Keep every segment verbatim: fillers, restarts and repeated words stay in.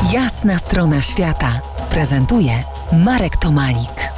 Jasna strona świata prezentuje Marek Tomalik.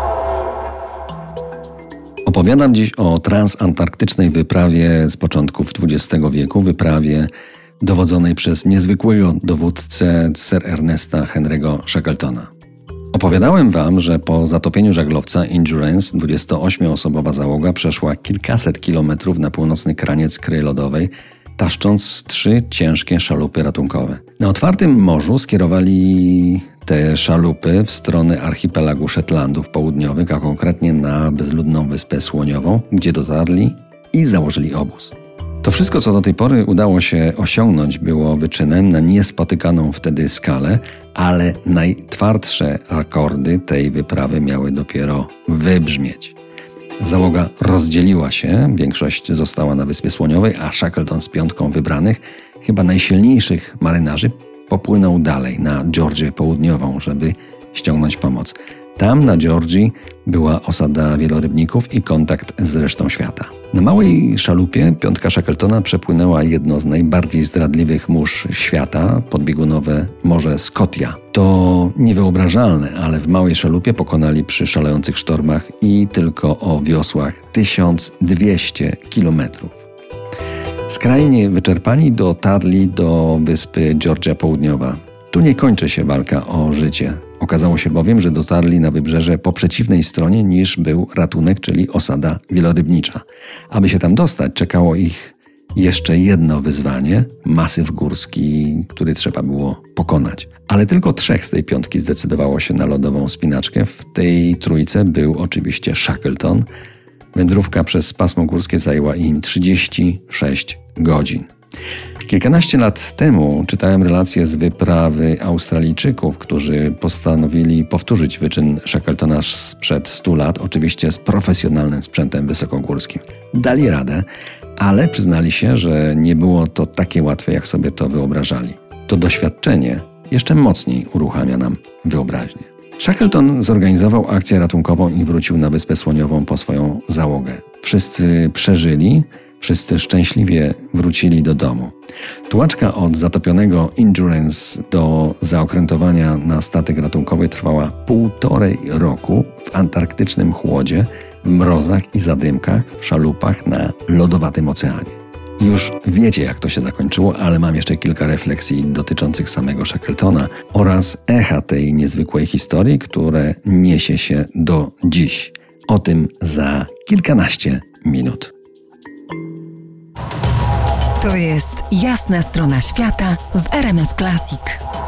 Opowiadam dziś o transantarktycznej wyprawie z początków dwudziestego wieku, wyprawie dowodzonej przez niezwykłego dowódcę Sir Ernesta Henry'ego Shackletona. Opowiadałem wam, że po zatopieniu żaglowca Endurance dwudziestoośmioosobowa załoga przeszła kilkaset kilometrów na północny kraniec Kryj Lodowej, taszcząc trzy ciężkie szalupy ratunkowe. Na otwartym morzu skierowali te szalupy w stronę archipelagu Szetlandów Południowych, a konkretnie na bezludną wyspę Słoniową, gdzie dotarli i założyli obóz. To wszystko, co do tej pory udało się osiągnąć, było wyczynem na niespotykaną wtedy skalę, ale najtwardsze akordy tej wyprawy miały dopiero wybrzmieć. Załoga rozdzieliła się, większość została na Wyspie Słoniowej, a Shackleton z piątką wybranych, chyba najsilniejszych marynarzy, popłynął dalej na Georgię Południową, żeby ściągnąć pomoc. Tam na Georgii była osada wielorybników i kontakt z resztą świata. Na małej szalupie piątka Shackletona przepłynęła jedno z najbardziej zdradliwych mórz świata, podbiegunowe Morze Scotia. To niewyobrażalne, ale w małej szalupie pokonali przy szalejących sztormach i tylko o wiosłach tysiąc dwieście kilometrów. Skrajnie wyczerpani dotarli do wyspy Georgia Południowa. Tu nie kończy się walka o życie. Okazało się bowiem, że dotarli na wybrzeże po przeciwnej stronie niż był ratunek, czyli osada wielorybnicza. Aby się tam dostać, czekało ich jeszcze jedno wyzwanie, masyw górski, który trzeba było pokonać. Ale tylko trzech z tej piątki zdecydowało się na lodową wspinaczkę. W tej trójce był oczywiście Shackleton. Wędrówka przez pasmo górskie zajęła im trzydzieści sześć godzin. Kilkanaście lat temu czytałem relacje z wyprawy Australijczyków, którzy postanowili powtórzyć wyczyn Shackletona sprzed stu lat, oczywiście z profesjonalnym sprzętem wysokogórskim. Dali radę, ale przyznali się, że nie było to takie łatwe, jak sobie to wyobrażali. To doświadczenie jeszcze mocniej uruchamia nam wyobraźnię. Shackleton zorganizował akcję ratunkową i wrócił na Wyspę Słoniową po swoją załogę. Wszyscy przeżyli, wszyscy szczęśliwie wrócili do domu. Tułaczka od zatopionego Endurance do zaokrętowania na statek ratunkowy trwała półtorej roku w antarktycznym chłodzie, w mrozach i zadymkach, w szalupach na lodowatym oceanie. Już wiecie, jak to się zakończyło, ale mam jeszcze kilka refleksji dotyczących samego Shackletona oraz echa tej niezwykłej historii, które niesie się do dziś. O tym za kilkanaście minut. To jest Jasna strona świata w R M F Classic.